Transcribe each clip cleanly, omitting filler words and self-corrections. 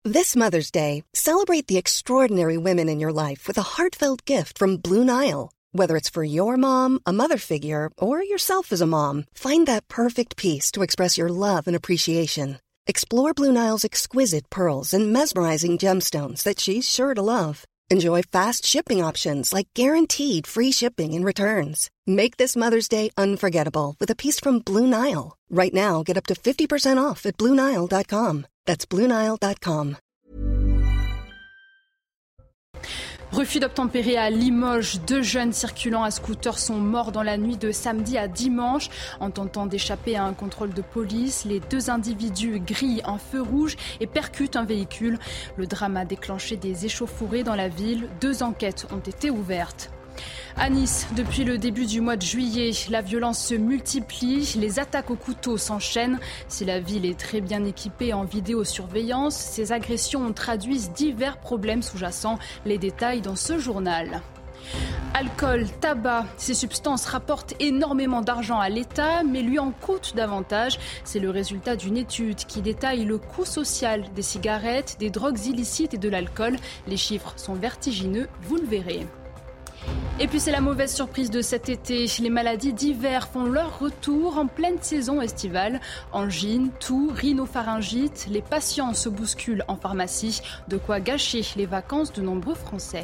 This Mother's Day, celebrate the extraordinary women in your life with a heartfelt gift from Blue Nile. Whether it's for your mom, a mother figure, or yourself as a mom, find that perfect piece to express your love and appreciation. Explore Blue Nile's exquisite pearls and mesmerizing gemstones that she's sure to love. Enjoy fast shipping options like guaranteed free shipping and returns. Make this Mother's Day unforgettable with a piece from Blue Nile. Right now, get up to 50% off at BlueNile.com. That's BlueNile.com. Refus d'obtempérer à Limoges. 2 jeunes circulant à scooter sont morts dans la nuit de samedi à dimanche. En tentant d'échapper à un contrôle de police, les 2 individus grillent un feu rouge et percutent un véhicule. Le drame a déclenché des échauffourées dans la ville. 2 enquêtes ont été ouvertes. À Nice, depuis le début du mois de juillet, la violence se multiplie, les attaques au couteau s'enchaînent. Si la ville est très bien équipée en vidéosurveillance, ces agressions traduisent divers problèmes sous-jacents. Les détails dans ce journal. Alcool, tabac, ces substances rapportent énormément d'argent à l'État, mais lui en coûtent davantage. C'est le résultat d'une étude qui détaille le coût social des cigarettes, des drogues illicites et de l'alcool. Les chiffres sont vertigineux, vous le verrez. Et puis c'est la mauvaise surprise de cet été. Les maladies d'hiver font leur retour en pleine saison estivale. Angine, toux, rhinopharyngite, les patients se bousculent en pharmacie. De quoi gâcher les vacances de nombreux Français.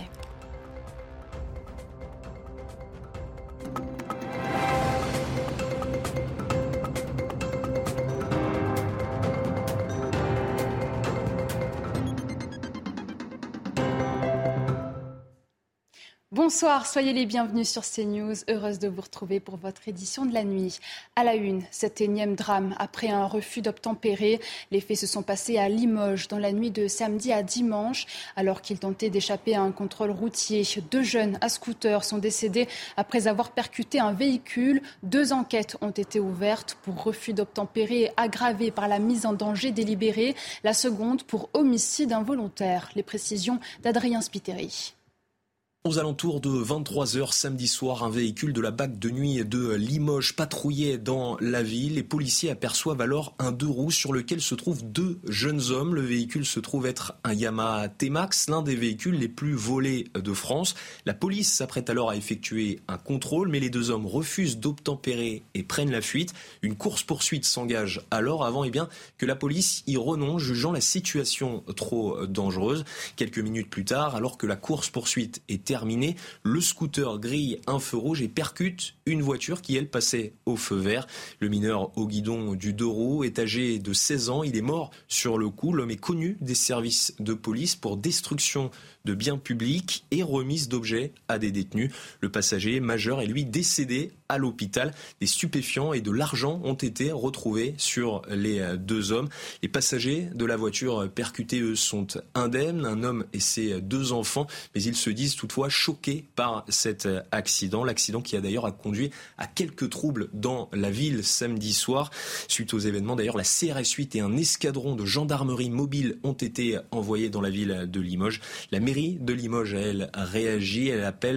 Bonsoir, soyez les bienvenus sur CNews. Heureuse de vous retrouver pour votre édition de la nuit. À la une, cet énième drame après un refus d'obtempérer. Les faits se sont passés à Limoges dans la nuit de samedi à dimanche. Alors qu'ils tentaient d'échapper à un contrôle routier, 2 jeunes à scooter sont décédés après avoir percuté un véhicule. 2 enquêtes ont été ouvertes pour refus d'obtempérer aggravé par la mise en danger délibérée. La seconde pour homicide involontaire. Les précisions d'Adrien Spiteri. Aux alentours de 23h samedi soir, un véhicule de la BAC de nuit de Limoges patrouillait dans la ville. Les policiers aperçoivent alors un 2 roues sur lequel se trouvent 2 jeunes hommes. Le véhicule se trouve être un Yamaha T-Max, l'un des véhicules les plus volés de France. La police s'apprête alors à effectuer un contrôle, mais les 2 hommes refusent d'obtempérer et prennent la fuite. Une course-poursuite s'engage alors avant que la police y renonce, jugeant la situation trop dangereuse. Quelques minutes plus tard, alors que la course-poursuite est terminé, le scooter grille un feu rouge et percute une voiture qui, elle, passait au feu vert. Le mineur au guidon du 2 roues est âgé de 16 ans. Il est mort sur le coup. L'homme est connu des services de police pour destruction de biens publics et remise d'objets à des détenus. Le passager majeur est lui décédé à l'hôpital. Des stupéfiants et de l'argent ont été retrouvés sur les 2 hommes. Les passagers de la voiture percutée, eux, sont indemnes. Un homme et ses 2 enfants, mais ils se disent toutefois choqués par cet accident. L'accident qui a d'ailleurs conduit à quelques troubles dans la ville samedi soir. Suite aux événements, d'ailleurs, la CRS 8 et un escadron de gendarmerie mobile ont été envoyés dans la ville de Limoges. La mairie de Limoges, elle, réagit. Elle appelle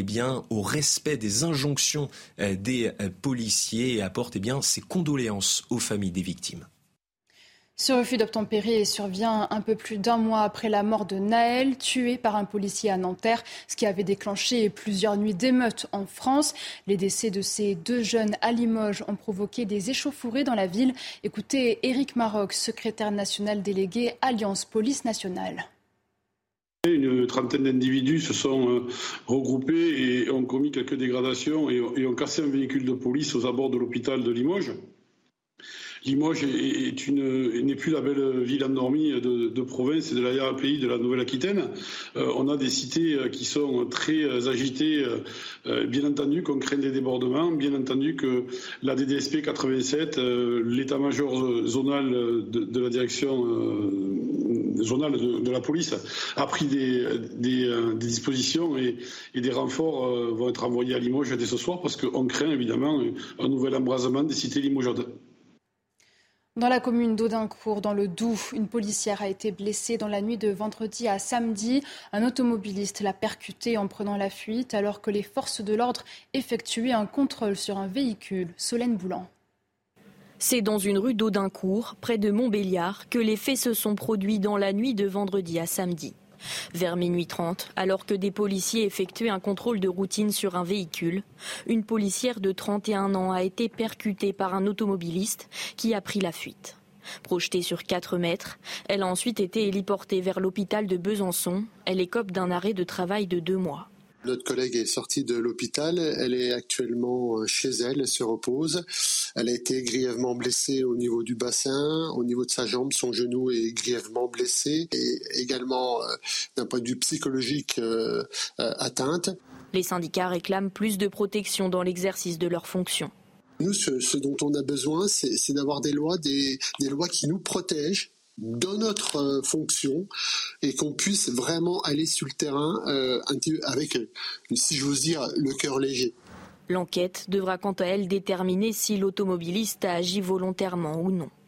au respect des injonctions des policiers et apporte ses condoléances aux familles des victimes. Ce refus d'obtempérer survient un peu plus d'1 mois après la mort de Naël, tué par un policier à Nanterre, ce qui avait déclenché plusieurs nuits d'émeutes en France. Les décès de ces 2 jeunes à Limoges ont provoqué des échauffourées dans la ville. Écoutez Éric Maroc, secrétaire national délégué Alliance Police Nationale. Une trentaine d'individus se sont regroupés et ont commis quelques dégradations et ont cassé un véhicule de police aux abords de l'hôpital de Limoges. Limoges n'est plus la belle ville endormie de province et de l'arrière-pays de la Nouvelle-Aquitaine. On a des cités qui sont très agitées, bien entendu qu'on craint des débordements, bien entendu que la DDSP 87, l'état-major zonal de la direction zonale de la police, a pris des dispositions et des renforts vont être envoyés à Limoges dès ce soir parce qu'on craint évidemment un nouvel embrasement des cités limogeoises. Dans la commune d'Audincourt, dans le Doubs, une policière a été blessée dans la nuit de vendredi à samedi. Un automobiliste l'a percutée en prenant la fuite alors que les forces de l'ordre effectuaient un contrôle sur un véhicule. Solène Boulan. C'est dans une rue d'Audincourt, près de Montbéliard, que les faits se sont produits dans la nuit de vendredi à samedi. Vers minuit 30, alors que des policiers effectuaient un contrôle de routine sur un véhicule, une policière de 31 ans a été percutée par un automobiliste qui a pris la fuite. Projetée sur 4 mètres, elle a ensuite été héliportée vers l'hôpital de Besançon. Elle écope d'un arrêt de travail de 2 mois. Notre collègue est sortie de l'hôpital, elle est actuellement chez elle, elle se repose. Elle a été grièvement blessée au niveau du bassin, au niveau de sa jambe, son genou est grièvement blessé et également d'un point de vue psychologique atteinte. Les syndicats réclament plus de protection dans l'exercice de leurs fonctions. Nous, ce dont on a besoin, c'est d'avoir des lois qui nous protègent dans notre fonction et qu'on puisse vraiment aller sur le terrain avec, si j'ose dire, le cœur léger. L'enquête devra quant à elle déterminer si l'automobiliste a agi volontairement ou non.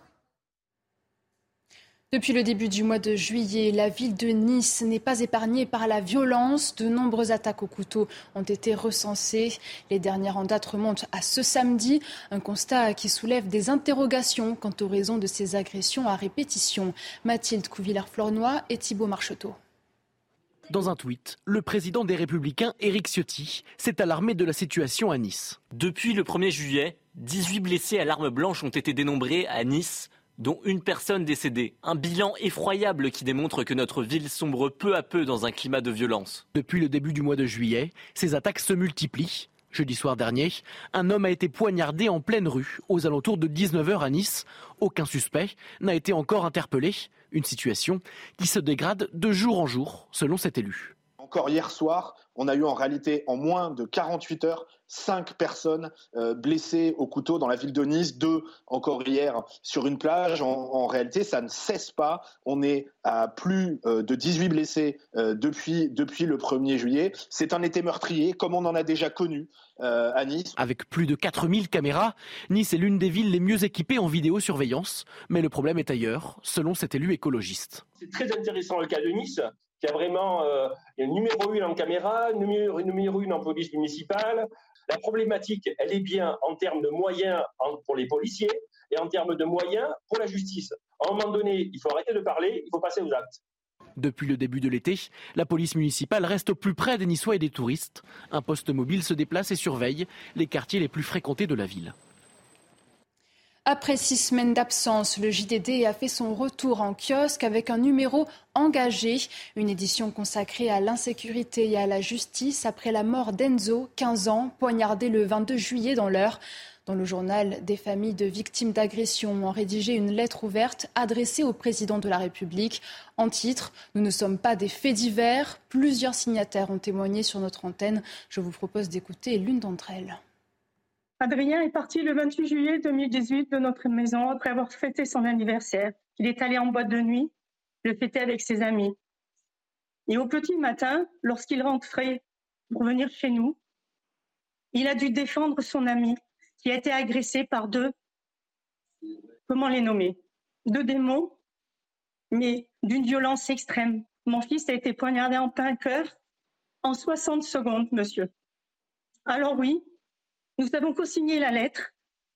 Depuis le début du mois de juillet, la ville de Nice n'est pas épargnée par la violence. De nombreuses attaques au couteau ont été recensées. Les dernières en date remontent à ce samedi. Un constat qui soulève des interrogations quant aux raisons de ces agressions à répétition. Mathilde Couvillard-Flornoy et Thibault Marcheteau. Dans un tweet, le président des Républicains, Éric Ciotti, s'est alarmé de la situation à Nice. Depuis le 1er juillet, 18 blessés à l'arme blanche ont été dénombrés à Nice, dont une personne décédée. Un bilan effroyable qui démontre que notre ville sombre peu à peu dans un climat de violence. Depuis le début du mois de juillet, ces attaques se multiplient. Jeudi soir dernier, un homme a été poignardé en pleine rue, aux alentours de 19h à Nice. Aucun suspect n'a été encore interpellé. Une situation qui se dégrade de jour en jour, selon cet élu. Encore hier soir, on a eu en réalité, en moins de 48 heures, 5 personnes blessées au couteau dans la ville de Nice, 2 encore hier sur une plage. En réalité, ça ne cesse pas. On est à plus de 18 blessés depuis le 1er juillet. C'est un été meurtrier, comme on en a déjà connu à Nice. Avec plus de 4000 caméras, Nice est l'une des villes les mieux équipées en vidéosurveillance. Mais le problème est ailleurs, selon cet élu écologiste. C'est très intéressant le cas de Nice, qui a vraiment un numéro 1 en caméra, numéro 1 en police municipale. La problématique, elle est bien en termes de moyens pour les policiers et en termes de moyens pour la justice. À un moment donné, il faut arrêter de parler, il faut passer aux actes. Depuis le début de l'été, la police municipale reste au plus près des Niçois et des touristes. Un poste mobile se déplace et surveille les quartiers les plus fréquentés de la ville. Après 6 semaines d'absence, le JDD a fait son retour en kiosque avec un numéro engagé. Une édition consacrée à l'insécurité et à la justice après la mort d'Enzo, 15 ans, poignardé le 22 juillet dans l'Eure. Dans le journal, des familles de victimes d'agression ont rédigé une lettre ouverte adressée au président de la République. En titre, « Nous ne sommes pas des faits divers ». Plusieurs signataires ont témoigné sur notre antenne. Je vous propose d'écouter l'une d'entre elles. Adrien est parti le 28 juillet 2018 de notre maison après avoir fêté son anniversaire. Il est allé en boîte de nuit, le fêter avec ses amis. Et au petit matin, lorsqu'il rentrait pour venir chez nous, il a dû défendre son ami qui a été agressé par 2, comment les nommer, 2 démons, mais d'une violence extrême. Mon fils a été poignardé en plein cœur en 60 secondes, monsieur. Alors oui, nous avons co-signé la lettre,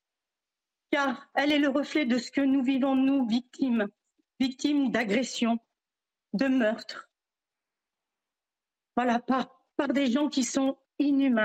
car elle est le reflet de ce que nous vivons, nous, victimes d'agressions, de meurtres. Voilà, par des gens qui sont inhumains.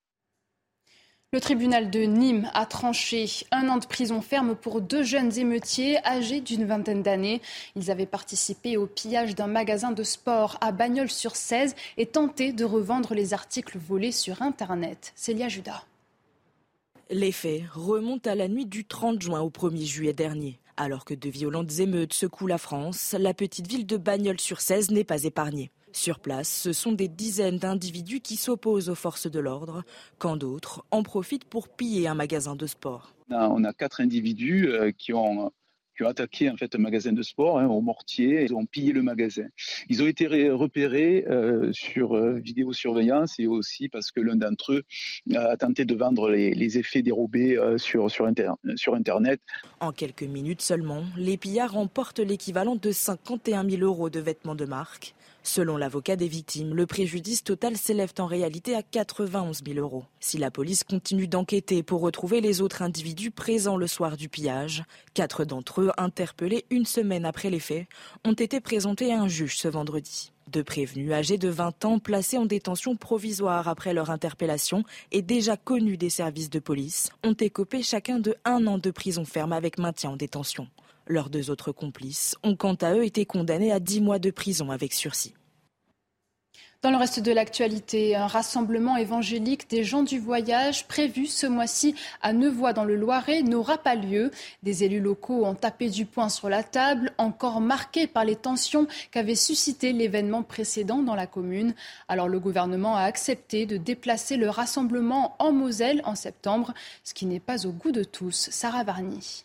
Le tribunal de Nîmes a tranché 1 an de prison ferme pour 2 jeunes émeutiers âgés d'une vingtaine d'années. Ils avaient participé au pillage d'un magasin de sport à Bagnols-sur-Cèze et tenté de revendre les articles volés sur Internet. Célia Judas. Les faits remontent à la nuit du 30 juin au 1er juillet dernier. Alors que de violentes émeutes secouent la France, la petite ville de Bagnols-sur-Cèze n'est pas épargnée. Sur place, ce sont des dizaines d'individus qui s'opposent aux forces de l'ordre, quand d'autres en profitent pour piller un magasin de sport. On a 4 individus qui ont qui ont attaqué en fait un magasin de sport au mortier. Ils ont pillé le magasin. Ils ont été repérés sur vidéosurveillance et aussi parce que l'un d'entre eux a tenté de vendre les effets dérobés sur Internet. En quelques minutes seulement, les pillards remportent l'équivalent de 51 000 € de vêtements de marque. Selon l'avocat des victimes, le préjudice total s'élève en réalité à 91 000 €. Si la police continue d'enquêter pour retrouver les autres individus présents le soir du pillage, 4 d'entre eux, interpellés une semaine après les faits, ont été présentés à un juge ce vendredi. 2 prévenus âgés de 20 ans placés en détention provisoire après leur interpellation et déjà connus des services de police ont écopé chacun de 1 an de prison ferme avec maintien en détention. Leurs 2 autres complices ont quant à eux été condamnés à 10 mois de prison avec sursis. Dans le reste de l'actualité, un rassemblement évangélique des gens du voyage prévu ce mois-ci à Nevoy dans le Loiret n'aura pas lieu. Des élus locaux ont tapé du poing sur la table, encore marqués par les tensions qu'avait suscité l'événement précédent dans la commune. Alors le gouvernement a accepté de déplacer le rassemblement en Moselle en septembre, ce qui n'est pas au goût de tous. Sarah Varny.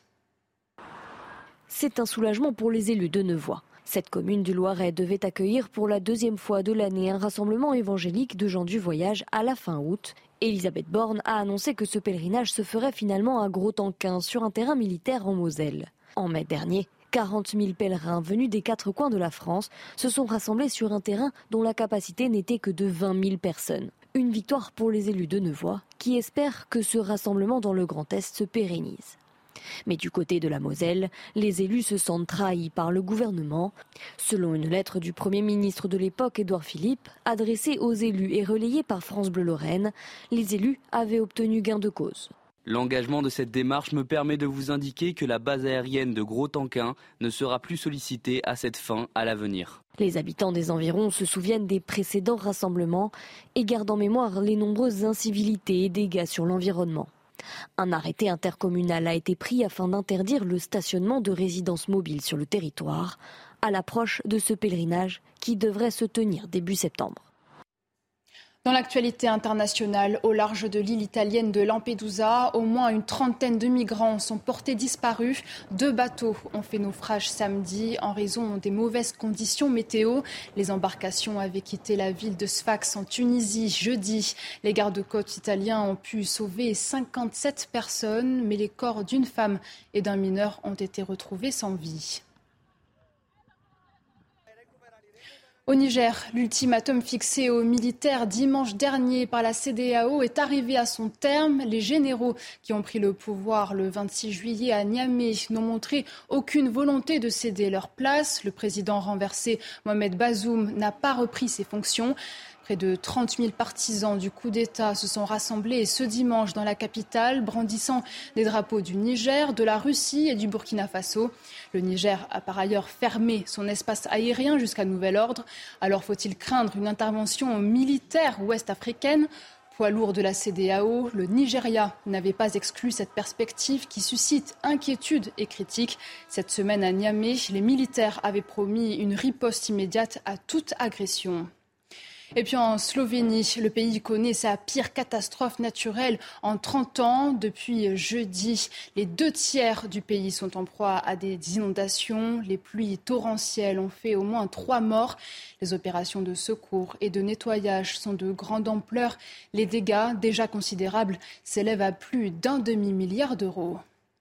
C'est un soulagement pour les élus de Nevoy. Cette commune du Loiret devait accueillir pour la 2e fois de l'année un rassemblement évangélique de gens du voyage à la fin août. Elisabeth Borne a annoncé que ce pèlerinage se ferait finalement à Gros-Tanquin sur un terrain militaire en Moselle. En mai dernier, 40 000 pèlerins venus des 4 coins de la France se sont rassemblés sur un terrain dont la capacité n'était que de 20 000 personnes. Une victoire pour les élus de Nevoy qui espèrent que ce rassemblement dans le Grand Est se pérennise. Mais du côté de la Moselle, les élus se sentent trahis par le gouvernement. Selon une lettre du Premier ministre de l'époque, Édouard Philippe, adressée aux élus et relayée par France Bleu Lorraine, les élus avaient obtenu gain de cause. L'engagement de cette démarche me permet de vous indiquer que la base aérienne de Gros-Tanquin ne sera plus sollicitée à cette fin à l'avenir. Les habitants des environs se souviennent des précédents rassemblements et gardent en mémoire les nombreuses incivilités et dégâts sur l'environnement. Un arrêté intercommunal a été pris afin d'interdire le stationnement de résidences mobiles sur le territoire, à l'approche de ce pèlerinage qui devrait se tenir début septembre. Dans l'actualité internationale, au large de l'île italienne de Lampedusa, au moins une trentaine de migrants sont portés disparus. 2 bateaux ont fait naufrage samedi en raison des mauvaises conditions météo. Les embarcations avaient quitté la ville de Sfax en Tunisie jeudi. Les gardes-côtes italiens ont pu sauver 57 personnes, mais les corps d'une femme et d'un mineur ont été retrouvés sans vie. Au Niger, l'ultimatum fixé aux militaires dimanche dernier par la CEDEAO est arrivé à son terme. Les généraux qui ont pris le pouvoir le 26 juillet à Niamey n'ont montré aucune volonté de céder leur place. Le président renversé, Mohamed Bazoum, n'a pas repris ses fonctions. Près de 30 000 partisans du coup d'État se sont rassemblés ce dimanche dans la capitale, brandissant des drapeaux du Niger, de la Russie et du Burkina Faso. Le Niger a par ailleurs fermé son espace aérien jusqu'à nouvel ordre. Alors faut-il craindre une intervention militaire ouest-africaine ? Poids lourd de la CEDEAO, le Nigeria n'avait pas exclu cette perspective qui suscite inquiétude et critique. Cette semaine à Niamey, les militaires avaient promis une riposte immédiate à toute agression. Et puis en Slovénie, le pays connaît sa pire catastrophe naturelle en 30 ans. Depuis jeudi, les 2 tiers du pays sont en proie à des inondations. Les pluies torrentielles ont fait au moins 3 morts. Les opérations de secours et de nettoyage sont de grande ampleur. Les dégâts, déjà considérables, s'élèvent à plus d'1 demi-milliard d'euros.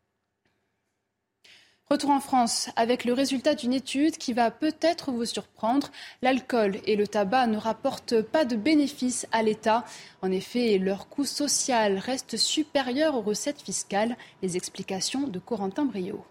Retour en France avec le résultat d'une étude qui va peut-être vous surprendre. L'alcool et le tabac ne rapportent pas de bénéfices à l'État. En effet, leur coût social reste supérieur aux recettes fiscales. Les explications de Corentin Brio.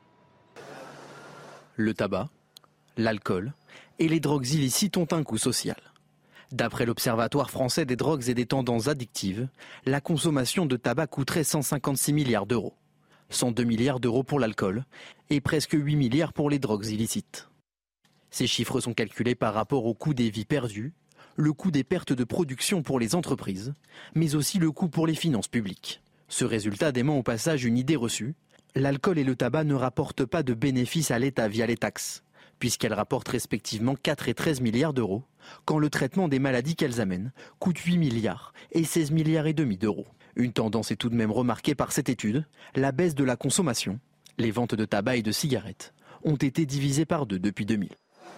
Le tabac, l'alcool et les drogues illicites ont un coût social. D'après l'Observatoire français des drogues et des tendances addictives, la consommation de tabac coûterait 156 milliards d'euros. 102 milliards d'euros pour l'alcool et presque 8 milliards pour les drogues illicites. Ces chiffres sont calculés par rapport au coût des vies perdues, le coût des pertes de production pour les entreprises, mais aussi le coût pour les finances publiques. Ce résultat dément au passage une idée reçue. L'alcool et le tabac ne rapportent pas de bénéfices à l'État via les taxes, puisqu'elles rapportent respectivement 4 et 13 milliards d'euros, quand le traitement des maladies qu'elles amènent coûte 8 milliards et 16 milliards et demi d'euros. Une tendance est tout de même remarquée par cette étude, la baisse de la consommation. Les ventes de tabac et de cigarettes ont été divisées par 2 depuis 2000.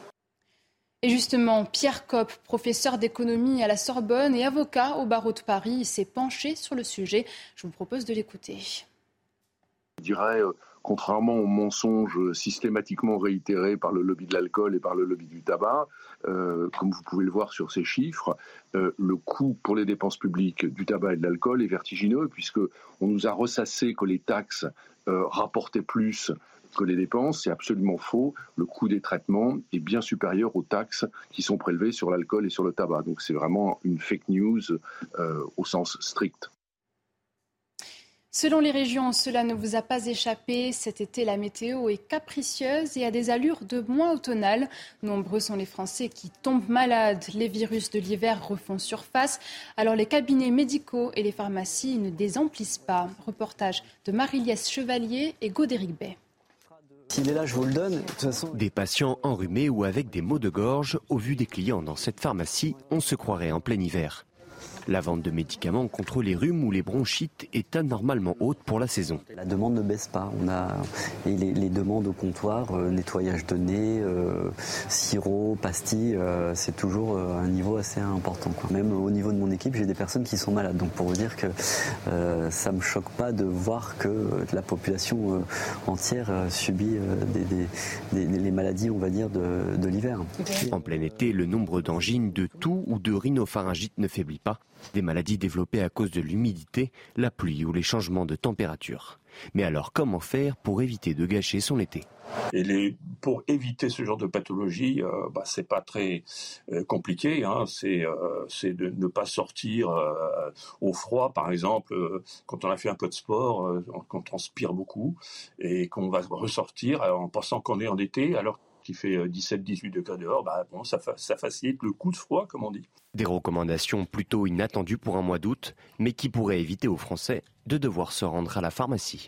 Et justement, Pierre Kopp, professeur d'économie à la Sorbonne et avocat au barreau de Paris, s'est penché sur le sujet. Je vous propose de l'écouter. Je dirais, contrairement aux mensonges systématiquement réitérés par le lobby de l'alcool et par le lobby du tabac, comme vous pouvez le voir sur ces chiffres, le coût pour les dépenses publiques du tabac et de l'alcool est vertigineux, puisqu'on nous a ressassé que les taxes rapportaient plus que les dépenses. C'est absolument faux. Le coût des traitements est bien supérieur aux taxes qui sont prélevées sur l'alcool et sur le tabac. Donc c'est vraiment une fake news au sens strict. Selon les régions, cela ne vous a pas échappé. Cet été, la météo est capricieuse et a des allures de moins automnales. Nombreux sont les Français qui tombent malades. Les virus de l'hiver refont surface. Alors les cabinets médicaux et les pharmacies ne désemplissent pas. Reportage de Marie-Liesse Chevalier et Godéric Bay. S'il est là, je vous le donne. De toute façon... Des patients enrhumés ou avec des maux de gorge, au vu des clients dans cette pharmacie, on se croirait en plein hiver. La vente de médicaments contre les rhumes ou les bronchites est anormalement haute pour la saison. La demande ne baisse pas. On a les demandes au comptoir, nettoyage de nez, sirop, pastilles, c'est toujours un niveau assez important, quoi. Même au niveau de mon équipe, j'ai des personnes qui sont malades. Donc pour vous dire que ça ne me choque pas de voir que la population entière subit les maladies, on va dire, de l'hiver. En plein été, le nombre d'angines, de toux ou de rhinopharyngite ne faiblit pas. Des maladies développées à cause de l'humidité, la pluie ou les changements de température. Mais alors comment faire pour éviter de gâcher son été ? Et pour éviter ce genre de pathologie, c'est pas très compliqué. C'est de ne pas sortir au froid, par exemple, quand on a fait un peu de sport, qu'on transpire beaucoup et qu'on va ressortir en pensant qu'on est en été, alors qui fait 17-18 degrés dehors, ça facilite le coup de froid, comme on dit. Des recommandations plutôt inattendues pour un mois d'août, mais qui pourraient éviter aux Français de devoir se rendre à la pharmacie.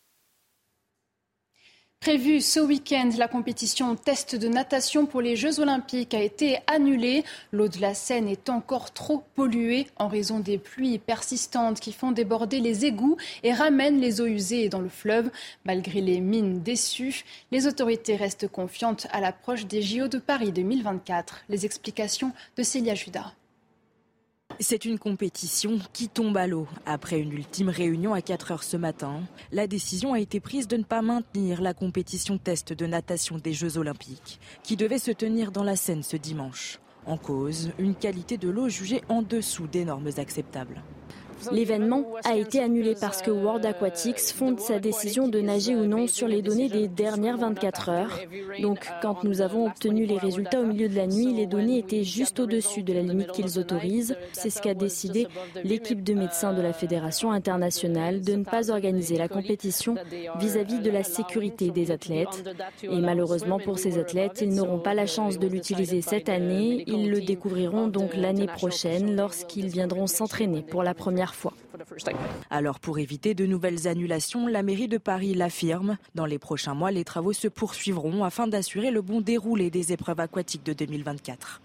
Prévue ce week-end, la compétition test de natation pour les Jeux Olympiques a été annulée. L'eau de la Seine est encore trop polluée en raison des pluies persistantes qui font déborder les égouts et ramènent les eaux usées dans le fleuve. Malgré les mines déçues, les autorités restent confiantes à l'approche des JO de Paris 2024. Les explications de Célia Judas. C'est une compétition qui tombe à l'eau. Après une ultime réunion à 4h ce matin, la décision a été prise de ne pas maintenir la compétition test de natation des Jeux Olympiques, qui devait se tenir dans la Seine ce dimanche. En cause, une qualité de l'eau jugée en dessous des normes acceptables. L'événement a été annulé parce que World Aquatics fonde sa décision de nager ou non sur les données des dernières 24 heures. Donc, quand nous avons obtenu les résultats au milieu de la nuit, les données étaient juste au-dessus de la limite qu'ils autorisent. C'est ce qu'a décidé l'équipe de médecins de la Fédération internationale de ne pas organiser la compétition vis-à-vis de la sécurité des athlètes. Et malheureusement pour ces athlètes, ils n'auront pas la chance de l'utiliser cette année. Ils le découvriront donc l'année prochaine lorsqu'ils viendront s'entraîner pour la première fois. Alors pour éviter de nouvelles annulations, la mairie de Paris l'affirme. Dans les prochains mois, les travaux se poursuivront afin d'assurer le bon déroulé des épreuves aquatiques de 2024.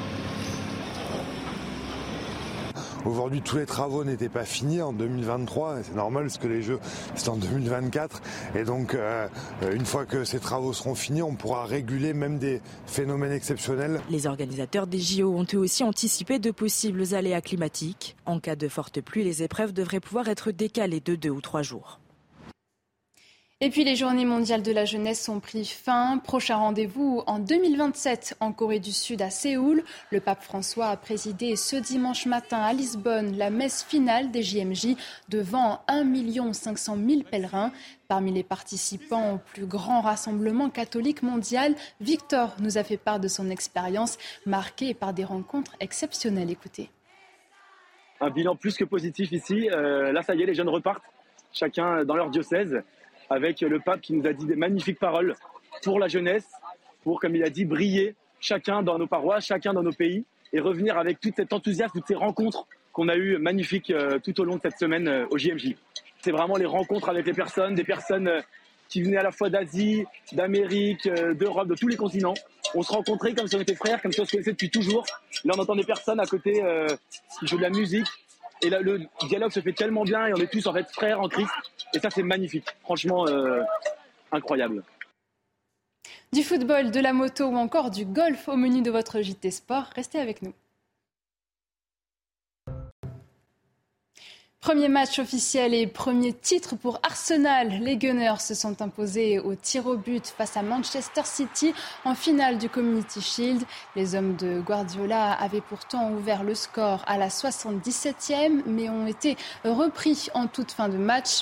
Aujourd'hui, tous les travaux n'étaient pas finis en 2023. C'est normal parce que les Jeux, c'est en 2024. Et donc, une fois que ces travaux seront finis, on pourra réguler même des phénomènes exceptionnels. Les organisateurs des JO ont eux aussi anticipé de possibles aléas climatiques. En cas de forte pluie, les épreuves devraient pouvoir être décalées de 2 ou 3 jours. Et puis les Journées mondiales de la jeunesse ont pris fin. Prochain rendez-vous en 2027 en Corée du Sud à Séoul. Le pape François a présidé ce dimanche matin à Lisbonne la messe finale des JMJ devant 1 500 000 pèlerins. Parmi les participants au plus grand rassemblement catholique mondial, Victor nous a fait part de son expérience marquée par des rencontres exceptionnelles. Écoutez. Un bilan plus que positif ici. Là, ça y est, les jeunes repartent, chacun dans leur diocèse, avec le pape qui nous a dit des magnifiques paroles pour la jeunesse, pour, comme il a dit, briller chacun dans nos paroisses, chacun dans nos pays, et revenir avec tout cet enthousiasme, toutes ces rencontres qu'on a eues magnifiques tout au long de cette semaine au JMJ. C'est vraiment les rencontres avec les personnes, des personnes qui venaient à la fois d'Asie, d'Amérique, d'Europe, de tous les continents. On se rencontrait comme si on était frères, comme si on se connaissait depuis toujours. Là, on entend des personnes à côté qui jouent de la musique. Et là, le dialogue se fait tellement bien et on est tous en fait frères en Christ. Et ça, c'est magnifique. Franchement, incroyable. Du football, de la moto ou encore du golf au menu de votre JT Sport, restez avec nous. Premier match officiel et premier titre pour Arsenal. Les Gunners se sont imposés au tir au but face à Manchester City en finale du Community Shield. Les hommes de Guardiola avaient pourtant ouvert le score à la 77e, mais ont été repris en toute fin de match.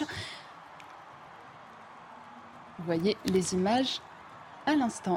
Vous voyez les images à l'instant.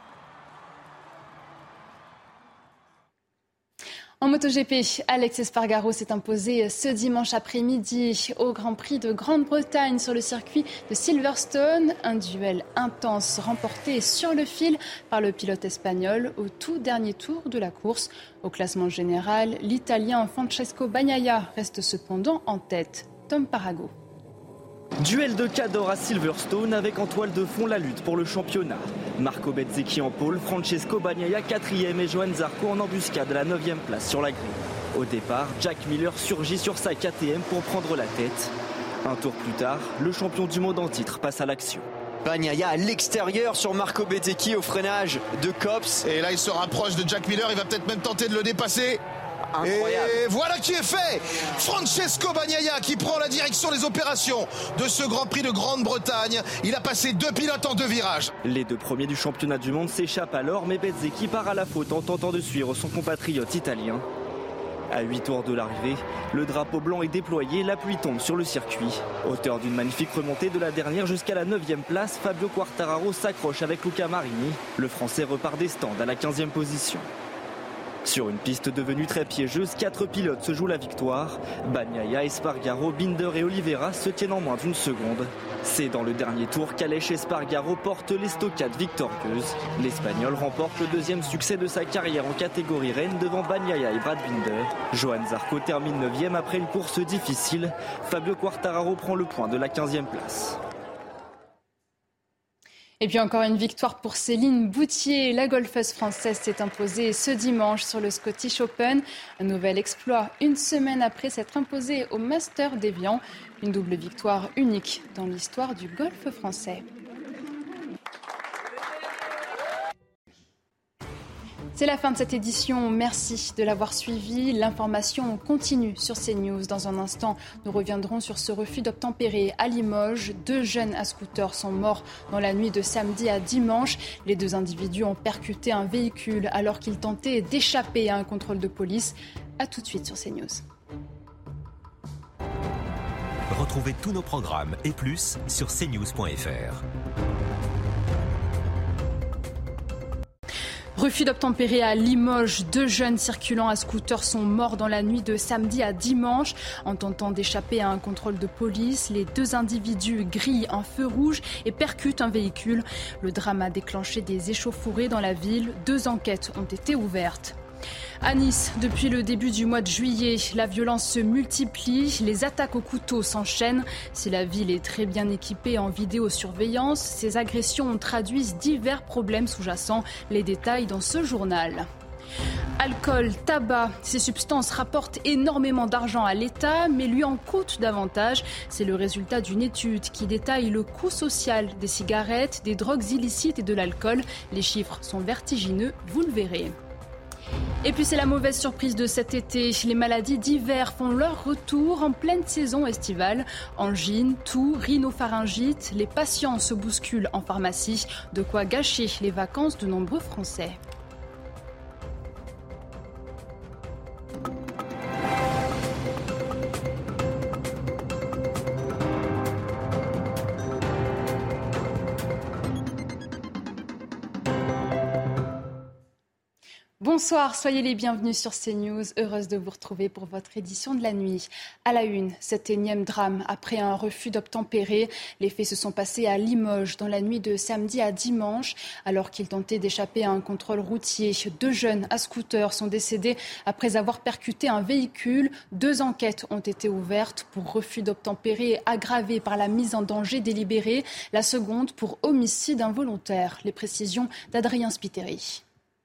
En MotoGP, Alex Espargaro s'est imposé ce dimanche après-midi au Grand Prix de Grande-Bretagne sur le circuit de Silverstone. Un duel intense remporté sur le fil par le pilote espagnol au tout dernier tour de la course. Au classement général, l'Italien Francesco Bagnaia reste cependant en tête. Tom Parago. Duel de cadors à Silverstone avec en toile de fond la lutte pour le championnat. Marco Bezzecchi en pôle, Francesco Bagnaia 4e et Johann Zarco en embuscade à la 9e place sur la grille. Au départ, Jack Miller surgit sur sa KTM pour prendre la tête. Un tour plus tard, le champion du monde en titre passe à l'action. Bagnaia à l'extérieur sur Marco Bezzecchi au freinage de Copse. Et là il se rapproche de Jack Miller, il va peut-être même tenter de le dépasser. Incroyable. Et voilà qui est fait. Francesco Bagnaia qui prend la direction des opérations de ce Grand Prix de Grande-Bretagne. Il a passé 2 pilotes en 2 virages. Les 2 premiers du championnat du monde s'échappent alors, mais Bezzecchi part à la faute en tentant de suivre son compatriote italien. À 8 tours de l'arrivée, le drapeau blanc est déployé, la pluie tombe sur le circuit. Auteur d'une magnifique remontée de la dernière jusqu'à la 9e place, Fabio Quartararo s'accroche avec Luca Marini. Le Français repart des stands à la 15e position. Sur une piste devenue très piégeuse, 4 pilotes se jouent la victoire. Bagnaia, Espargaro, Binder et Oliveira se tiennent en moins d'une seconde. C'est dans le dernier tour qu'Aleix Espargaro porte l'estocade victorieuse. L'Espagnol remporte le 2e succès de sa carrière en catégorie reine devant Bagnaia et Brad Binder. Johann Zarco termine 9e après une course difficile. Fabio Quartararo prend le point de la 15e place. Et puis encore une victoire pour Céline Boutier. La golfeuse française s'est imposée ce dimanche sur le Scottish Open. Un nouvel exploit une semaine après s'être imposée au Master d'Évian. Une double victoire unique dans l'histoire du golf français. C'est la fin de cette édition. Merci de l'avoir suivi. L'information continue sur CNews. Dans un instant, nous reviendrons sur ce refus d'obtempérer à Limoges. 2 jeunes à scooter sont morts dans la nuit de samedi à dimanche. Les 2 individus ont percuté un véhicule alors qu'ils tentaient d'échapper à un contrôle de police. A tout de suite sur CNews. Retrouvez tous nos programmes et plus sur cnews.fr. Refus d'obtempérer à Limoges. 2 jeunes circulant à scooter sont morts dans la nuit de samedi à dimanche. En tentant d'échapper à un contrôle de police, les 2 individus grillent un feu rouge et percutent un véhicule. Le drame a déclenché des échauffourées dans la ville. 2 enquêtes ont été ouvertes. À Nice, depuis le début du mois de juillet, la violence se multiplie, les attaques au couteau s'enchaînent. Si la ville est très bien équipée en vidéosurveillance, ces agressions traduisent divers problèmes sous-jacents. Les détails dans ce journal. Alcool, tabac, ces substances rapportent énormément d'argent à l'État, mais lui en coûtent davantage. C'est le résultat d'une étude qui détaille le coût social des cigarettes, des drogues illicites et de l'alcool. Les chiffres sont vertigineux, vous le verrez. Et puis c'est la mauvaise surprise de cet été. Les maladies d'hiver font leur retour en pleine saison estivale. Angine, toux, rhinopharyngite, les patients se bousculent en pharmacie. De quoi gâcher les vacances de nombreux Français. Bonsoir, soyez les bienvenus sur CNews. Heureuse de vous retrouver pour votre édition de la nuit. À la une, cet énième drame après un refus d'obtempérer. Les faits se sont passés à Limoges dans la nuit de samedi à dimanche. Alors qu'ils tentaient d'échapper à un contrôle routier, 2 jeunes à scooter sont décédés après avoir percuté un véhicule. 2 enquêtes ont été ouvertes pour refus d'obtempérer aggravé par la mise en danger délibérée. La seconde pour homicide involontaire. Les précisions d'Adrien Spiteri.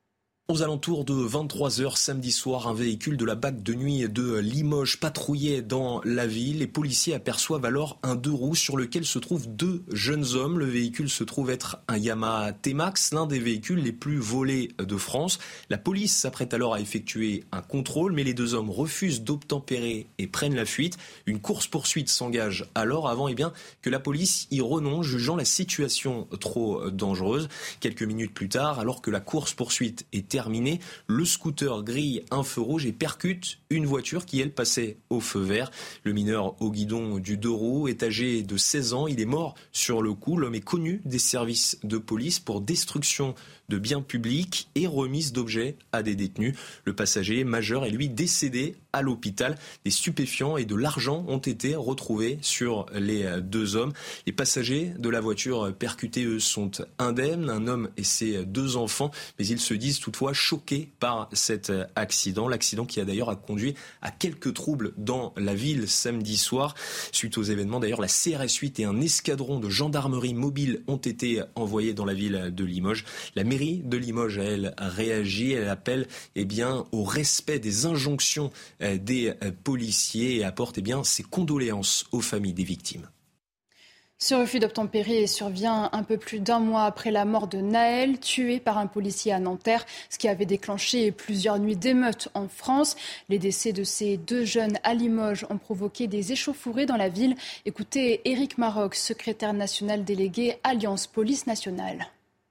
Aux alentours de 23h samedi soir, un véhicule de la BAC de nuit de Limoges patrouillait dans la ville. Les policiers aperçoivent alors un 2 roues sur lequel se trouvent 2 jeunes hommes. Le véhicule se trouve être un Yamaha T-Max, l'un des véhicules les plus volés de France. La police s'apprête alors à effectuer un contrôle, mais les 2 hommes refusent d'obtempérer et prennent la fuite. Une course-poursuite s'engage alors avant que la police y renonce, jugeant la situation trop dangereuse. Quelques minutes plus tard, alors que la course-poursuite est terminé, le scooter grille un feu rouge et percute une voiture qui, elle, passait au feu vert. Le mineur au guidon du 2 roues est âgé de 16 ans. Il est mort sur le coup. L'homme est connu des services de police pour destruction de biens publics et remise d'objets à des détenus. Le passager majeur est lui décédé à l'hôpital. Des stupéfiants et de l'argent ont été retrouvés sur les 2 hommes. Les passagers de la voiture percutée, eux, sont indemnes, un homme et ses 2 enfants, mais ils se disent toutefois choqués par cet accident. L'accident qui a d'ailleurs conduit à quelques troubles dans la ville samedi soir. Suite aux événements, d'ailleurs, la CRS 8 et un escadron de gendarmerie mobile ont été envoyés dans la ville de Limoges. La mairie de Limoges, elle, réagit. Elle appelle au respect des injonctions des policiers et apporte ses condoléances aux familles des victimes. Ce refus d'obtempérer survient un peu plus d'1 mois après la mort de Naël, tué par un policier à Nanterre, ce qui avait déclenché plusieurs nuits d'émeutes en France. Les décès de ces 2 jeunes à Limoges ont provoqué des échauffourées dans la ville. Écoutez Éric Maroc, secrétaire national délégué Alliance Police Nationale.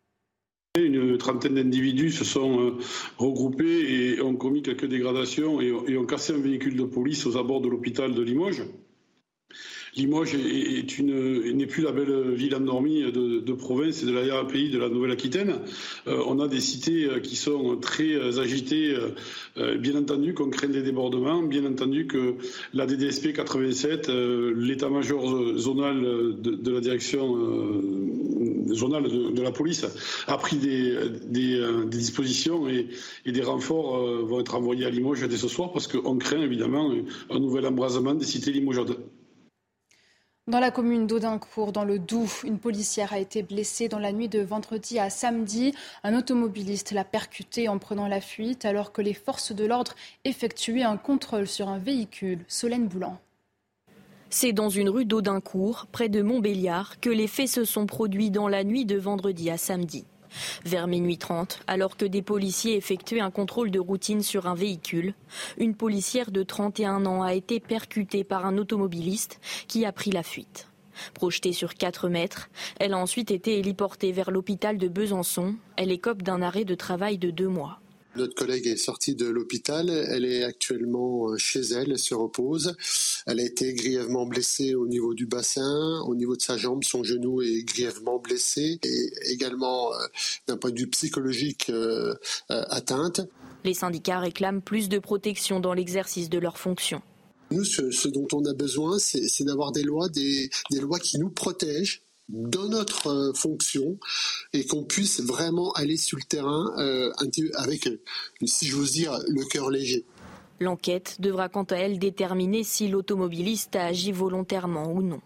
Une trentaine d'individus se sont regroupés et ont commis quelques dégradations et ont cassé un véhicule de police aux abords de l'hôpital de Limoges. Limoges n'est plus la belle ville endormie de province et de l'arrière-pays de la Nouvelle-Aquitaine. On a des cités qui sont très agitées, bien entendu qu'on craint des débordements, bien entendu que la DDSP 87, l'état-major zonal de la direction zonale de la police, a pris des dispositions et des renforts vont être envoyés à Limoges dès ce soir parce qu'on craint évidemment un nouvel embrasement des cités limogeoises. Dans la commune d'Audincourt, dans le Doubs, une policière a été blessée dans la nuit de vendredi à samedi. Un automobiliste l'a percuté en prenant la fuite alors que les forces de l'ordre effectuaient un contrôle sur un véhicule. Solène Boulan. C'est dans une rue d'Audincourt, près de Montbéliard, que les faits se sont produits dans la nuit de vendredi à samedi. Vers minuit 30, alors que des policiers effectuaient un contrôle de routine sur un véhicule, une policière de 31 ans a été percutée par un automobiliste qui a pris la fuite. Projetée sur 4 mètres, elle a ensuite été héliportée vers l'hôpital de Besançon. Elle écope d'un arrêt de travail de 2 mois. Notre collègue est sortie de l'hôpital, elle est actuellement chez elle se repose. Elle a été grièvement blessée au niveau du bassin, au niveau de sa jambe, son genou est grièvement blessé et également d'un point de vue psychologique atteinte. Les syndicats réclament plus de protection dans l'exercice de leurs fonctions. Nous, ce dont on a besoin, c'est d'avoir des lois qui nous protègent dans notre fonction et qu'on puisse vraiment aller sur le terrain avec, si j'ose dire, le cœur léger. L'enquête devra quant à elle déterminer si l'automobiliste a agi volontairement ou non.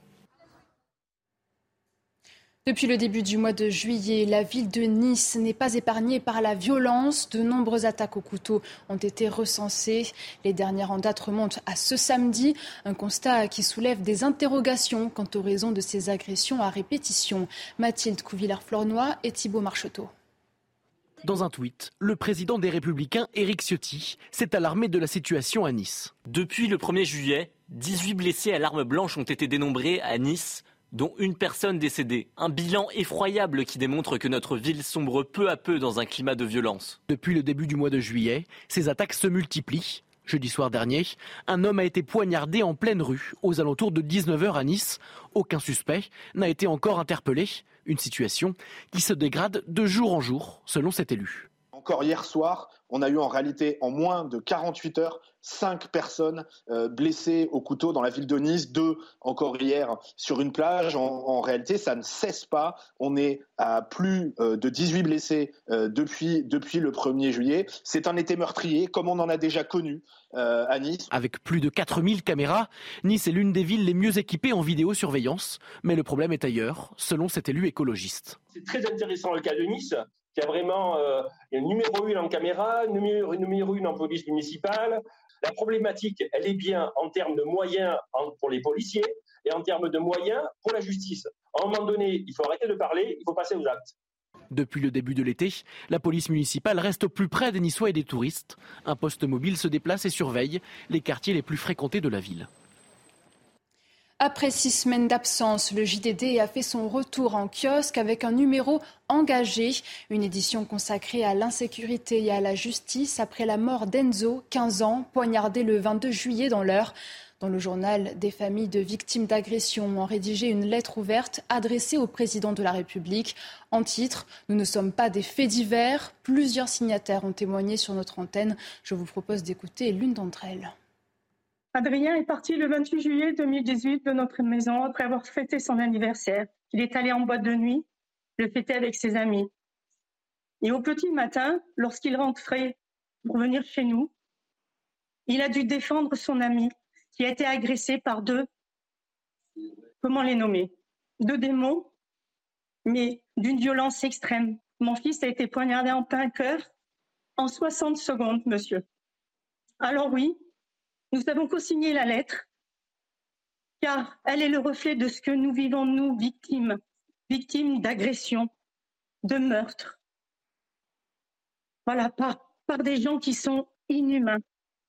Depuis le début du mois de juillet, la ville de Nice n'est pas épargnée par la violence. De nombreuses attaques au couteau ont été recensées. Les dernières en date remontent à ce samedi. Un constat qui soulève des interrogations quant aux raisons de ces agressions à répétition. Mathilde Couvillard-Flornoy et Thibault Marcheteau. Dans un tweet, le président des Républicains, Éric Ciotti, s'est alarmé de la situation à Nice. Depuis le 1er juillet, 18 blessés à l'arme blanche ont été dénombrés à Nice, dont une personne décédée. Un bilan effroyable qui démontre que notre ville sombre peu à peu dans un climat de violence. Depuis le début du mois de juillet, ces attaques se multiplient. Jeudi soir dernier, un homme a été poignardé en pleine rue, aux alentours de 19h à Nice. Aucun suspect n'a été encore interpellé. Une situation qui se dégrade de jour en jour, selon cet élu. Encore hier soir, on a eu en réalité, en moins de 48 heures, 5 personnes blessées au couteau dans la ville de Nice, 2 encore hier sur une plage. En réalité, ça ne cesse pas. On est à plus de 18 blessés depuis le 1er juillet. C'est un été meurtrier, comme on en a déjà connu à Nice. Avec plus de 4000 caméras, Nice est l'une des villes les mieux équipées en vidéosurveillance. Mais le problème est ailleurs, selon cet élu écologiste. C'est très intéressant le cas de Nice, qui a vraiment numéro 1 en caméra, numéro 1 en police municipale. La problématique, elle est bien en termes de moyens pour les policiers et en termes de moyens pour la justice. À un moment donné, il faut arrêter de parler, il faut passer aux actes. Depuis le début de l'été, la police municipale reste au plus près des Niçois et des touristes. Un poste mobile se déplace et surveille les quartiers les plus fréquentés de la ville. Après 6 semaines d'absence, le JDD a fait son retour en kiosque avec un numéro engagé, une édition consacrée à l'insécurité et à la justice après la mort d'Enzo, 15 ans, poignardé le 22 juillet dans l'Eure. Dans le journal, des familles de victimes d'agression ont rédigé une lettre ouverte adressée au président de la République. En titre, « Nous ne sommes pas des faits divers ». Plusieurs signataires ont témoigné sur notre antenne. Je vous propose d'écouter l'une d'entre elles. Adrien est parti le 28 juillet 2018 de notre maison après avoir fêté son anniversaire. Il est allé en boîte de nuit, le fêter avec ses amis. Et au petit matin, lorsqu'il rentrait pour venir chez nous, il a dû défendre son ami qui a été agressé par 2, comment les nommer, 2 démons, mais d'une violence extrême. Mon fils a été poignardé en plein cœur en 60 secondes, monsieur. Alors oui, nous avons co-signé la lettre, car elle est le reflet de ce que nous vivons, nous, victimes d'agressions, de meurtres. Voilà, par des gens qui sont inhumains.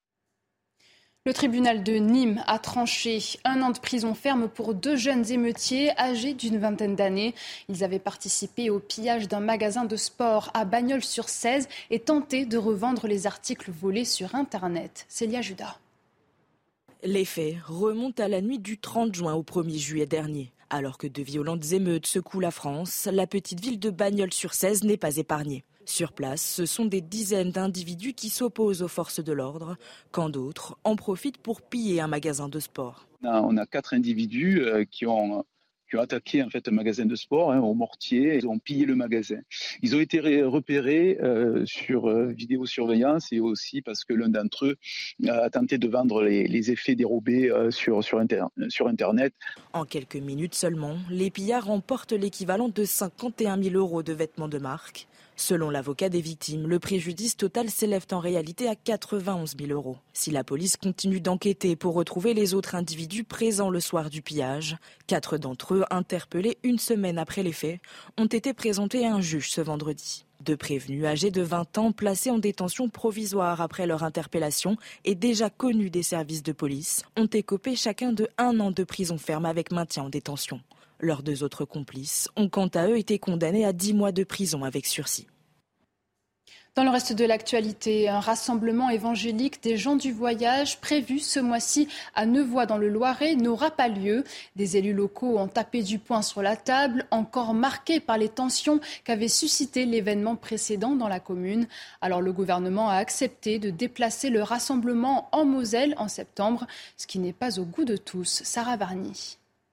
Le tribunal de Nîmes a tranché 1 an de prison ferme pour 2 jeunes émeutiers âgés d'une vingtaine d'années. Ils avaient participé au pillage d'un magasin de sport à Bagnols-sur-Cèze et tenté de revendre les articles volés sur Internet. Célia Judas. Les faits remontent à la nuit du 30 juin au 1er juillet dernier. Alors que de violentes émeutes secouent la France, la petite ville de Bagnols-sur-Cèze n'est pas épargnée. Sur place, ce sont des dizaines d'individus qui s'opposent aux forces de l'ordre, quand d'autres en profitent pour piller un magasin de sport. On a 4 individus qui ont attaqué en fait un magasin de sport au mortier. Ils ont pillé le magasin. Ils ont été repérés sur vidéosurveillance et aussi parce que l'un d'entre eux a tenté de vendre les effets dérobés sur Internet. En quelques minutes seulement, les pillards emportent l'équivalent de 51 000 € de vêtements de marque. Selon l'avocat des victimes, le préjudice total s'élève en réalité à 91 000 €. Si la police continue d'enquêter pour retrouver les autres individus présents le soir du pillage, 4 d'entre eux, interpellés 1 semaine après les faits, ont été présentés à un juge ce vendredi. 2 prévenus âgés de 20 ans placés en détention provisoire après leur interpellation et déjà connus des services de police ont écopé chacun de 1 an de prison ferme avec maintien en détention. Leurs 2 autres complices ont quant à eux été condamnés à 10 mois de prison avec sursis. Dans le reste de l'actualité, un rassemblement évangélique des gens du voyage prévu ce mois-ci à Nevoy dans le Loiret n'aura pas lieu. Des élus locaux ont tapé du poing sur la table, encore marqués par les tensions qu'avait suscité l'événement précédent dans la commune. Alors le gouvernement a accepté de déplacer le rassemblement en Moselle en septembre, ce qui n'est pas au goût de tous. Sarah Varny.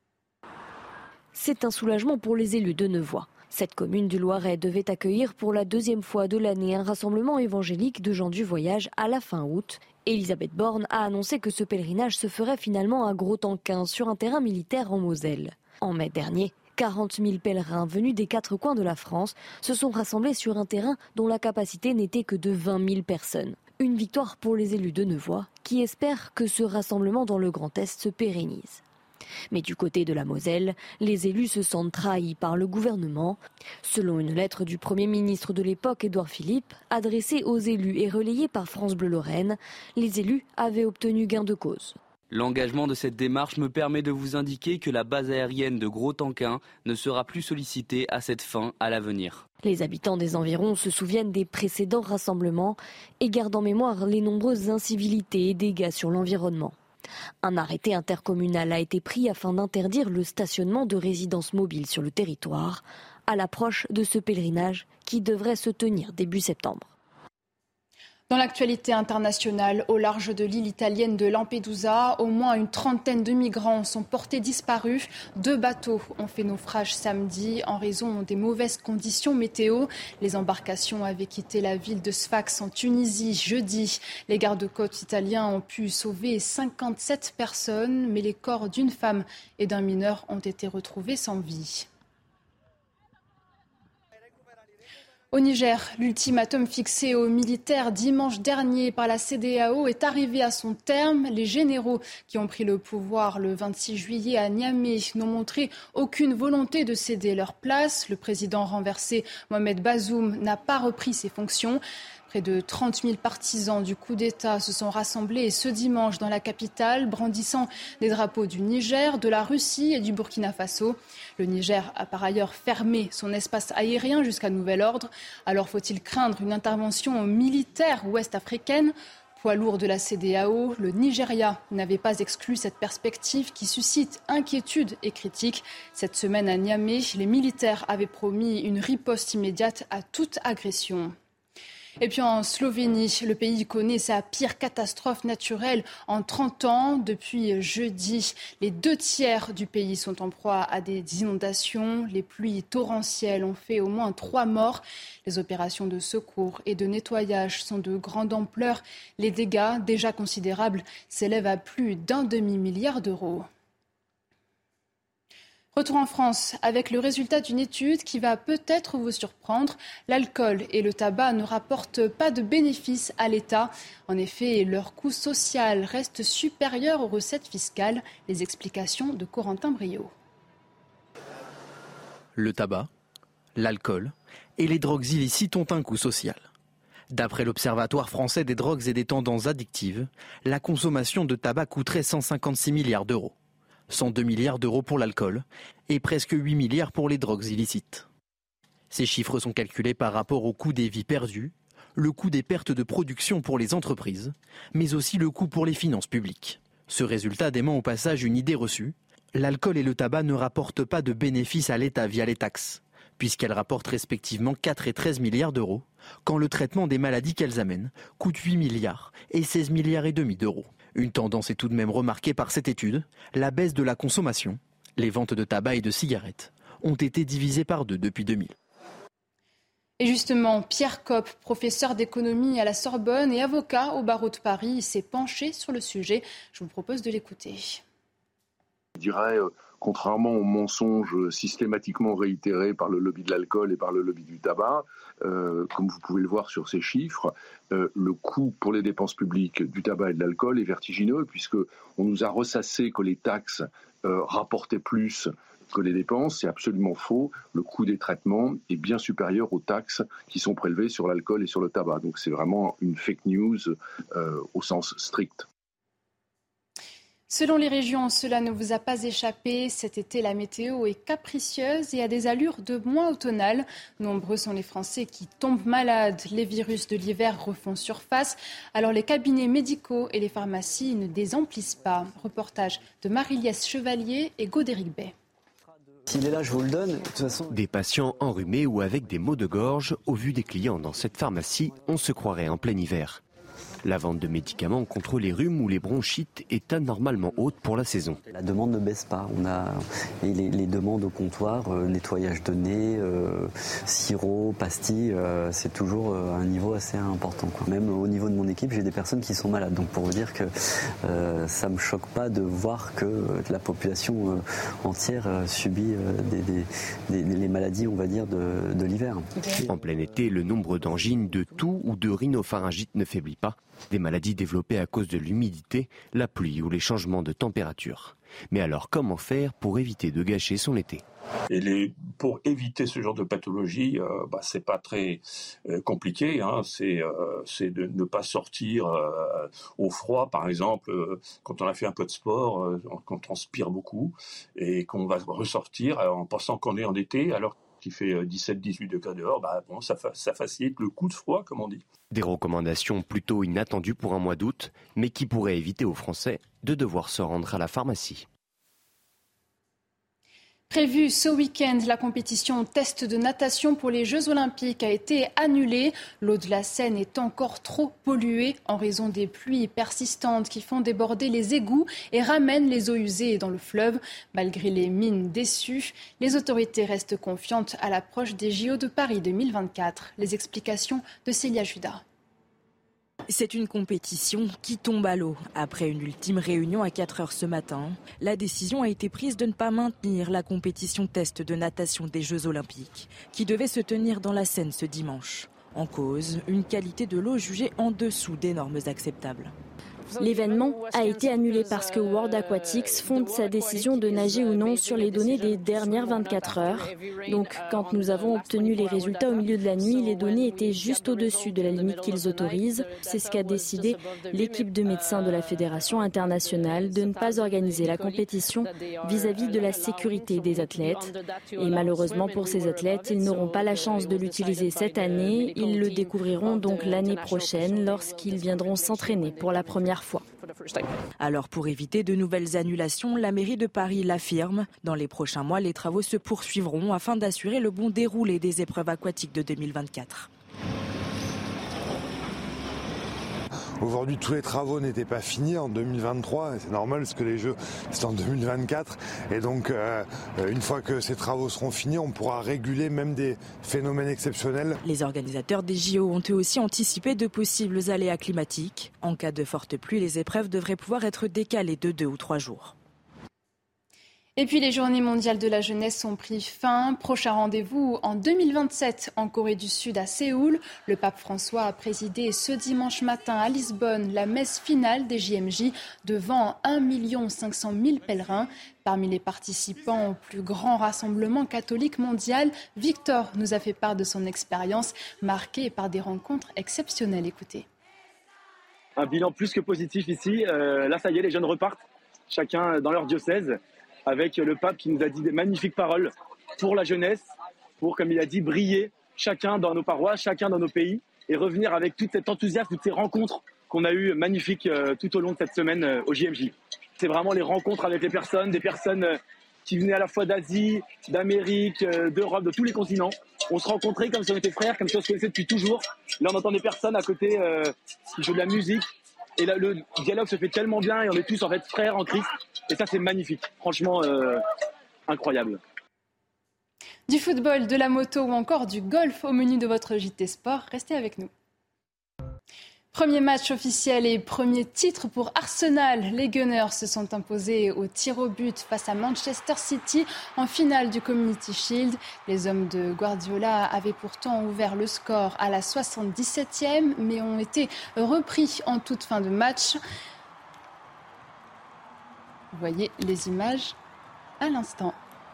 C'est un soulagement pour les élus de Nevoy. Cette commune du Loiret devait accueillir pour la 2e fois de l'année un rassemblement évangélique de gens du voyage à la fin août. Elisabeth Borne a annoncé que ce pèlerinage se ferait finalement à Gros-Tanquin sur un terrain militaire en Moselle. En mai dernier, 40 000 pèlerins venus des 4 coins de la France se sont rassemblés sur un terrain dont la capacité n'était que de 20 000 personnes. Une victoire pour les élus de Nevoy qui espèrent que ce rassemblement dans le Grand Est se pérennise. Mais du côté de la Moselle, les élus se sentent trahis par le gouvernement. Selon une lettre du Premier ministre de l'époque, Édouard Philippe, adressée aux élus et relayée par France Bleu Lorraine, les élus avaient obtenu gain de cause. L'engagement de cette démarche me permet de vous indiquer que la base aérienne de Gros-Tanquin ne sera plus sollicitée à cette fin à l'avenir. Les habitants des environs se souviennent des précédents rassemblements et gardent en mémoire les nombreuses incivilités et dégâts sur l'environnement. Un arrêté intercommunal a été pris afin d'interdire le stationnement de résidences mobiles sur le territoire, à l'approche de ce pèlerinage qui devrait se tenir début septembre. Dans l'actualité internationale, au large de l'île italienne de Lampedusa, au moins une trentaine de migrants sont portés disparus. 2 bateaux ont fait naufrage samedi en raison des mauvaises conditions météo. Les embarcations avaient quitté la ville de Sfax en Tunisie jeudi. Les gardes-côtes italiens ont pu sauver 57 personnes, mais les corps d'une femme et d'un mineur ont été retrouvés sans vie. Au Niger, l'ultimatum fixé aux militaires dimanche dernier par la CEDEAO est arrivé à son terme. Les généraux qui ont pris le pouvoir le 26 juillet à Niamey n'ont montré aucune volonté de céder leur place. Le président renversé, Mohamed Bazoum, n'a pas repris ses fonctions. Près de 30 000 partisans du coup d'État se sont rassemblés ce dimanche dans la capitale, brandissant des drapeaux du Niger, de la Russie et du Burkina Faso. Le Niger a par ailleurs fermé son espace aérien jusqu'à nouvel ordre. Alors faut-il craindre une intervention militaire ouest-africaine ? Poids lourd de la CEDEAO, le Nigeria n'avait pas exclu cette perspective qui suscite inquiétude et critique. Cette semaine à Niamey, les militaires avaient promis une riposte immédiate à toute agression. Et puis en Slovénie, le pays connaît sa pire catastrophe naturelle en 30 ans. Depuis jeudi, les 2/3 du pays sont en proie à des inondations. Les pluies torrentielles ont fait au moins 3 morts. Les opérations de secours et de nettoyage sont de grande ampleur. Les dégâts, déjà considérables, s'élèvent à plus d'1 demi-milliard d'euros. Retour en France avec le résultat d'une étude qui va peut-être vous surprendre. L'alcool et le tabac ne rapportent pas de bénéfices à l'État. En effet, leur coût social reste supérieur aux recettes fiscales. Les explications de Corentin Brio. Le tabac, l'alcool et les drogues illicites ont un coût social. D'après l'Observatoire français des drogues et des tendances addictives, la consommation de tabac coûterait 156 milliards d'euros. 102 milliards d'euros pour l'alcool et presque 8 milliards pour les drogues illicites. Ces chiffres sont calculés par rapport au coût des vies perdues, le coût des pertes de production pour les entreprises, mais aussi le coût pour les finances publiques. Ce résultat dément au passage une idée reçue. L'alcool et le tabac ne rapportent pas de bénéfices à l'État via les taxes, puisqu'elles rapportent respectivement 4 et 13 milliards d'euros, quand le traitement des maladies qu'elles amènent coûte 8 milliards et 16 milliards et demi d'euros. Une tendance est tout de même remarquée par cette étude, la baisse de la consommation. Les ventes de tabac et de cigarettes ont été divisées par 2 depuis 2000. Et justement, Pierre Kopp, professeur d'économie à la Sorbonne et avocat au barreau de Paris, s'est penché sur le sujet. Je vous propose de l'écouter. Je dirais, contrairement aux mensonges systématiquement réitérés par le lobby de l'alcool et par le lobby du tabac, comme vous pouvez le voir sur ces chiffres, le coût pour les dépenses publiques du tabac et de l'alcool est vertigineux, puisqu'on nous a ressassé que les taxes rapportaient plus que les dépenses. C'est absolument faux. Le coût des traitements est bien supérieur aux taxes qui sont prélevées sur l'alcool et sur le tabac. Donc c'est vraiment une fake news au sens strict. Selon les régions, cela ne vous a pas échappé. Cet été, la météo est capricieuse et a des allures de mois automnales. Nombreux sont les Français qui tombent malades. Les virus de l'hiver refont surface. Alors les cabinets médicaux et les pharmacies ne désemplissent pas. Reportage de Marie-Liesse Chevalier et Godéric Bay. S'il est là, je vous le donne. De toute façon... Des patients enrhumés ou avec des maux de gorge, au vu des clients dans cette pharmacie, on se croirait en plein hiver. La vente de médicaments contre les rhumes ou les bronchites est anormalement haute pour la saison. La demande ne baisse pas. On a les demandes au comptoir, nettoyage de nez, sirop, pastilles, c'est toujours un niveau assez important, quoi. Même au niveau de mon équipe, j'ai des personnes qui sont malades. Donc pour vous dire que ça ne me choque pas de voir que la population entière subit les maladies, on va dire, de l'hiver. En plein été, le nombre d'angines, de toux ou de rhinopharyngite ne faiblit pas. Des maladies développées à cause de l'humidité, la pluie ou les changements de température. Mais alors comment faire pour éviter de gâcher son été ? Et pour éviter ce genre de pathologie, c'est pas très compliqué. C'est de ne pas sortir au froid, par exemple, quand on a fait un peu de sport, qu'on transpire beaucoup et qu'on va ressortir en pensant qu'on est en été, alors qui fait 17-18 degrés dehors, ça facilite le coup de froid, comme on dit. Des recommandations plutôt inattendues pour un mois d'août, mais qui pourraient éviter aux Français de devoir se rendre à la pharmacie. Prévue ce week-end, la compétition test de natation pour les Jeux Olympiques a été annulée. L'eau de la Seine est encore trop polluée en raison des pluies persistantes qui font déborder les égouts et ramènent les eaux usées dans le fleuve. Malgré les mines déçues, les autorités restent confiantes à l'approche des JO de Paris 2024. Les explications de Célia Judas. C'est une compétition qui tombe à l'eau. Après une ultime réunion à 4h ce matin, la décision a été prise de ne pas maintenir la compétition test de natation des Jeux Olympiques, qui devait se tenir dans la Seine ce dimanche. En cause, une qualité de l'eau jugée en dessous des normes acceptables. L'événement a été annulé parce que World Aquatics fonde sa décision de nager ou non sur les données des dernières 24 heures. Donc, quand nous avons obtenu les résultats au milieu de la nuit, les données étaient juste au-dessus de la limite qu'ils autorisent. C'est ce qu'a décidé l'équipe de médecins de la Fédération internationale de ne pas organiser la compétition vis-à-vis de la sécurité des athlètes. Et malheureusement pour ces athlètes, ils n'auront pas la chance de l'utiliser cette année. Ils le découvriront donc l'année prochaine lorsqu'ils viendront s'entraîner pour la première fois. Alors pour éviter de nouvelles annulations, la mairie de Paris l'affirme. Dans les prochains mois, les travaux se poursuivront afin d'assurer le bon déroulé des épreuves aquatiques de 2024. Aujourd'hui, tous les travaux n'étaient pas finis en 2023, c'est normal parce que les Jeux, c'est en 2024. Et donc, une fois que ces travaux seront finis, on pourra réguler même des phénomènes exceptionnels. Les organisateurs des JO ont eux aussi anticipé de possibles aléas climatiques. En cas de forte pluie, les épreuves devraient pouvoir être décalées de 2 ou 3 jours. Et puis les journées mondiales de la jeunesse ont pris fin. Prochain rendez-vous en 2027 en Corée du Sud à Séoul. Le pape François a présidé ce dimanche matin à Lisbonne la messe finale des JMJ devant 1 500 000 pèlerins. Parmi les participants au plus grand rassemblement catholique mondial, Victor nous a fait part de son expérience marquée par des rencontres exceptionnelles. Écoutez. Un bilan plus que positif ici. Là, ça y est, les jeunes repartent, chacun dans leur diocèse, avec le pape qui nous a dit des magnifiques paroles pour la jeunesse, pour, comme il a dit, briller chacun dans nos paroisses, chacun dans nos pays, et revenir avec tout cet enthousiasme, toutes ces rencontres qu'on a eues magnifiques tout au long de cette semaine au JMJ. C'est vraiment les rencontres avec les personnes, des personnes qui venaient à la fois d'Asie, d'Amérique, d'Europe, de tous les continents. On se rencontrait comme si on était frères, comme si on se connaissait depuis toujours. Là, on entend des personnes à côté qui jouent de la musique. Et là, le dialogue se fait tellement bien et on est tous en fait frères en Christ. Et ça, c'est magnifique. Franchement, incroyable. Du football, de la moto ou encore du golf au menu de votre JT Sport. Restez avec nous. Premier match officiel et premier titre pour Arsenal. Les Gunners se sont imposés au tir au but face à Manchester City en finale du Community Shield. Les hommes de Guardiola avaient pourtant ouvert le score à la 77e, mais ont été repris en toute fin de match. Vous voyez les images à l'instant.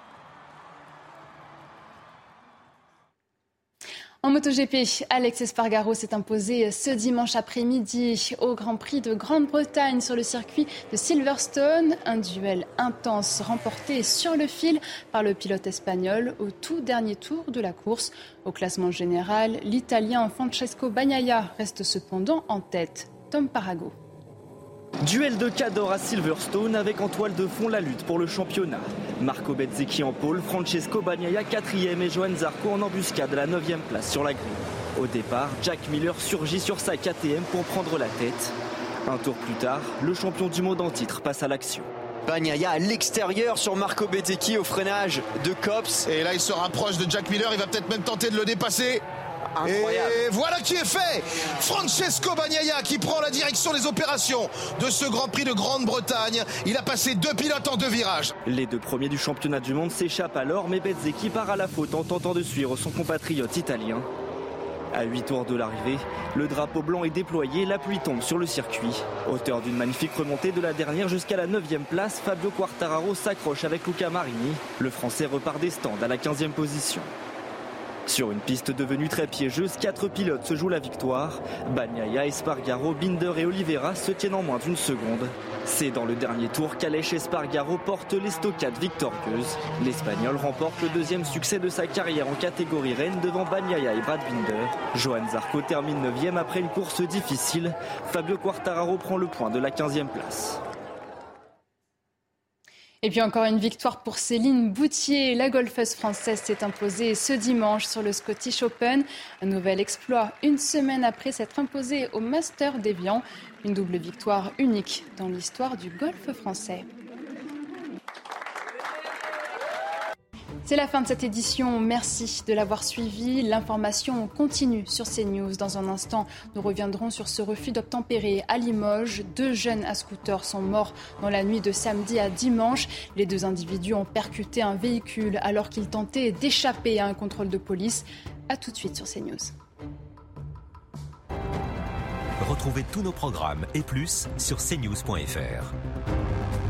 En MotoGP, Alex Espargaro s'est imposé ce dimanche après-midi au Grand Prix de Grande-Bretagne sur le circuit de Silverstone. Un duel intense remporté sur le fil par le pilote espagnol au tout dernier tour de la course. Au classement général, l'Italien Francesco Bagnaia reste cependant en tête. Tom Parago. Duel de cadors à Silverstone avec en toile de fond la lutte pour le championnat. Marco Bezzecchi en pôle, Francesco Bagnaia 4e et Johann Zarco en embuscade à la 9e place sur la grille. Au départ, Jack Miller surgit sur sa KTM pour prendre la tête. Un tour plus tard, le champion du monde en titre passe à l'action. Bagnaia à l'extérieur sur Marco Bezzecchi au freinage de Copse. Et là, il se rapproche de Jack Miller, il va peut-être même tenter de le dépasser. Incroyable. Et voilà qui est fait. Francesco Bagnaia qui prend la direction des opérations de ce Grand Prix de Grande-Bretagne. Il a passé 2 pilotes en 2 virages. Les 2 premiers du championnat du monde s'échappent alors, mais Bezzecchi part à la faute en tentant de suivre son compatriote italien. À 8 tours de l'arrivée, le drapeau blanc est déployé, la pluie tombe sur le circuit. Auteur d'une magnifique remontée de la dernière jusqu'à la 9e place, Fabio Quartararo s'accroche avec Luca Marini. Le Français repart des stands à la 15e position. Sur une piste devenue très piégeuse, 4 pilotes se jouent la victoire. Bagnaia, Espargaro, Binder et Oliveira se tiennent en moins d'une seconde. C'est dans le dernier tour qu'Aleix Espargaro porte l'estocade victorieuse. L'Espagnol remporte le 2e succès de sa carrière en catégorie reine devant Bagnaia et Brad Binder. Johann Zarco termine 9e après une course difficile. Fabio Quartararo prend le point de la 15e place. Et puis encore une victoire pour Céline Boutier. La golfeuse française s'est imposée ce dimanche sur le Scottish Open. Un nouvel exploit une semaine après s'être imposée au Master d'Évian. Une double victoire unique dans l'histoire du golf français. C'est la fin de cette édition. Merci de l'avoir suivi. L'information continue sur CNews. Dans un instant, nous reviendrons sur ce refus d'obtempérer à Limoges. 2 jeunes à scooter sont morts dans la nuit de samedi à dimanche. Les 2 individus ont percuté un véhicule alors qu'ils tentaient d'échapper à un contrôle de police. A tout de suite sur CNews. Retrouvez tous nos programmes et plus sur cnews.fr.